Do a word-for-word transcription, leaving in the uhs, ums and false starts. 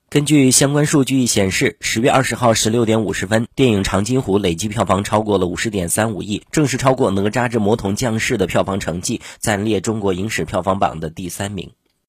根据相关数据显示，十月二十号十六点五十分，电影《长津湖》累计票房超过了五十点三五亿，正式超过《哪吒之魔童降世》的票房成绩，暂列中国影史票房榜的第三名。